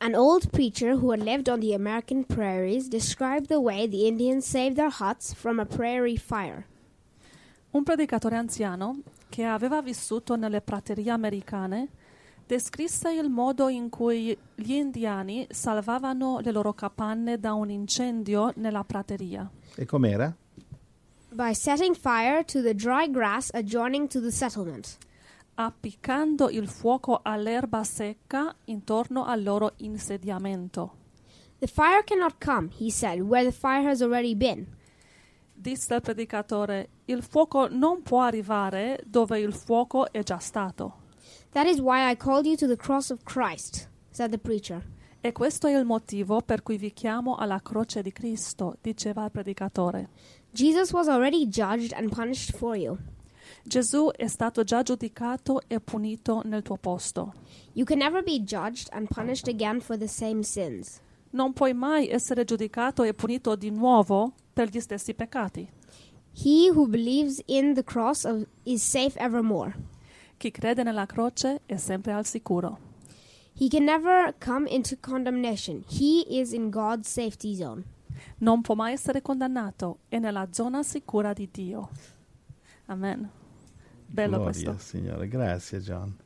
An old preacher who had lived on the American prairies described the way the Indians saved their huts from a prairie fire. Un predicatore anziano che aveva vissuto nelle praterie americane descrisse il modo in cui gli indiani salvavano le loro capanne da un incendio nella prateria. E com'era? By setting fire to the dry grass adjoining to the settlement. Appiccando il fuoco all'erba secca intorno al loro insediamento. The fire cannot come, he said, where the fire has already been. Disse il predicatore, il fuoco non può arrivare dove il fuoco è già stato. That is why I called you to the cross of Christ, said the preacher. E questo è il motivo per cui vi chiamo alla croce di Cristo, diceva il predicatore. Jesus was already judged and punished for you. Gesù è stato già giudicato e punito nel tuo posto. You can never be judged and punished again for the same sins. Non puoi mai essere giudicato e punito di nuovo per gli stessi peccati. He who believes in the cross is safe evermore. Chi crede nella croce è sempre al sicuro. He can never come into condemnation. He is in God's safety zone. Non può mai essere condannato, è nella zona sicura di Dio. Amen. Bello Gloria, questo. Signore, grazie John.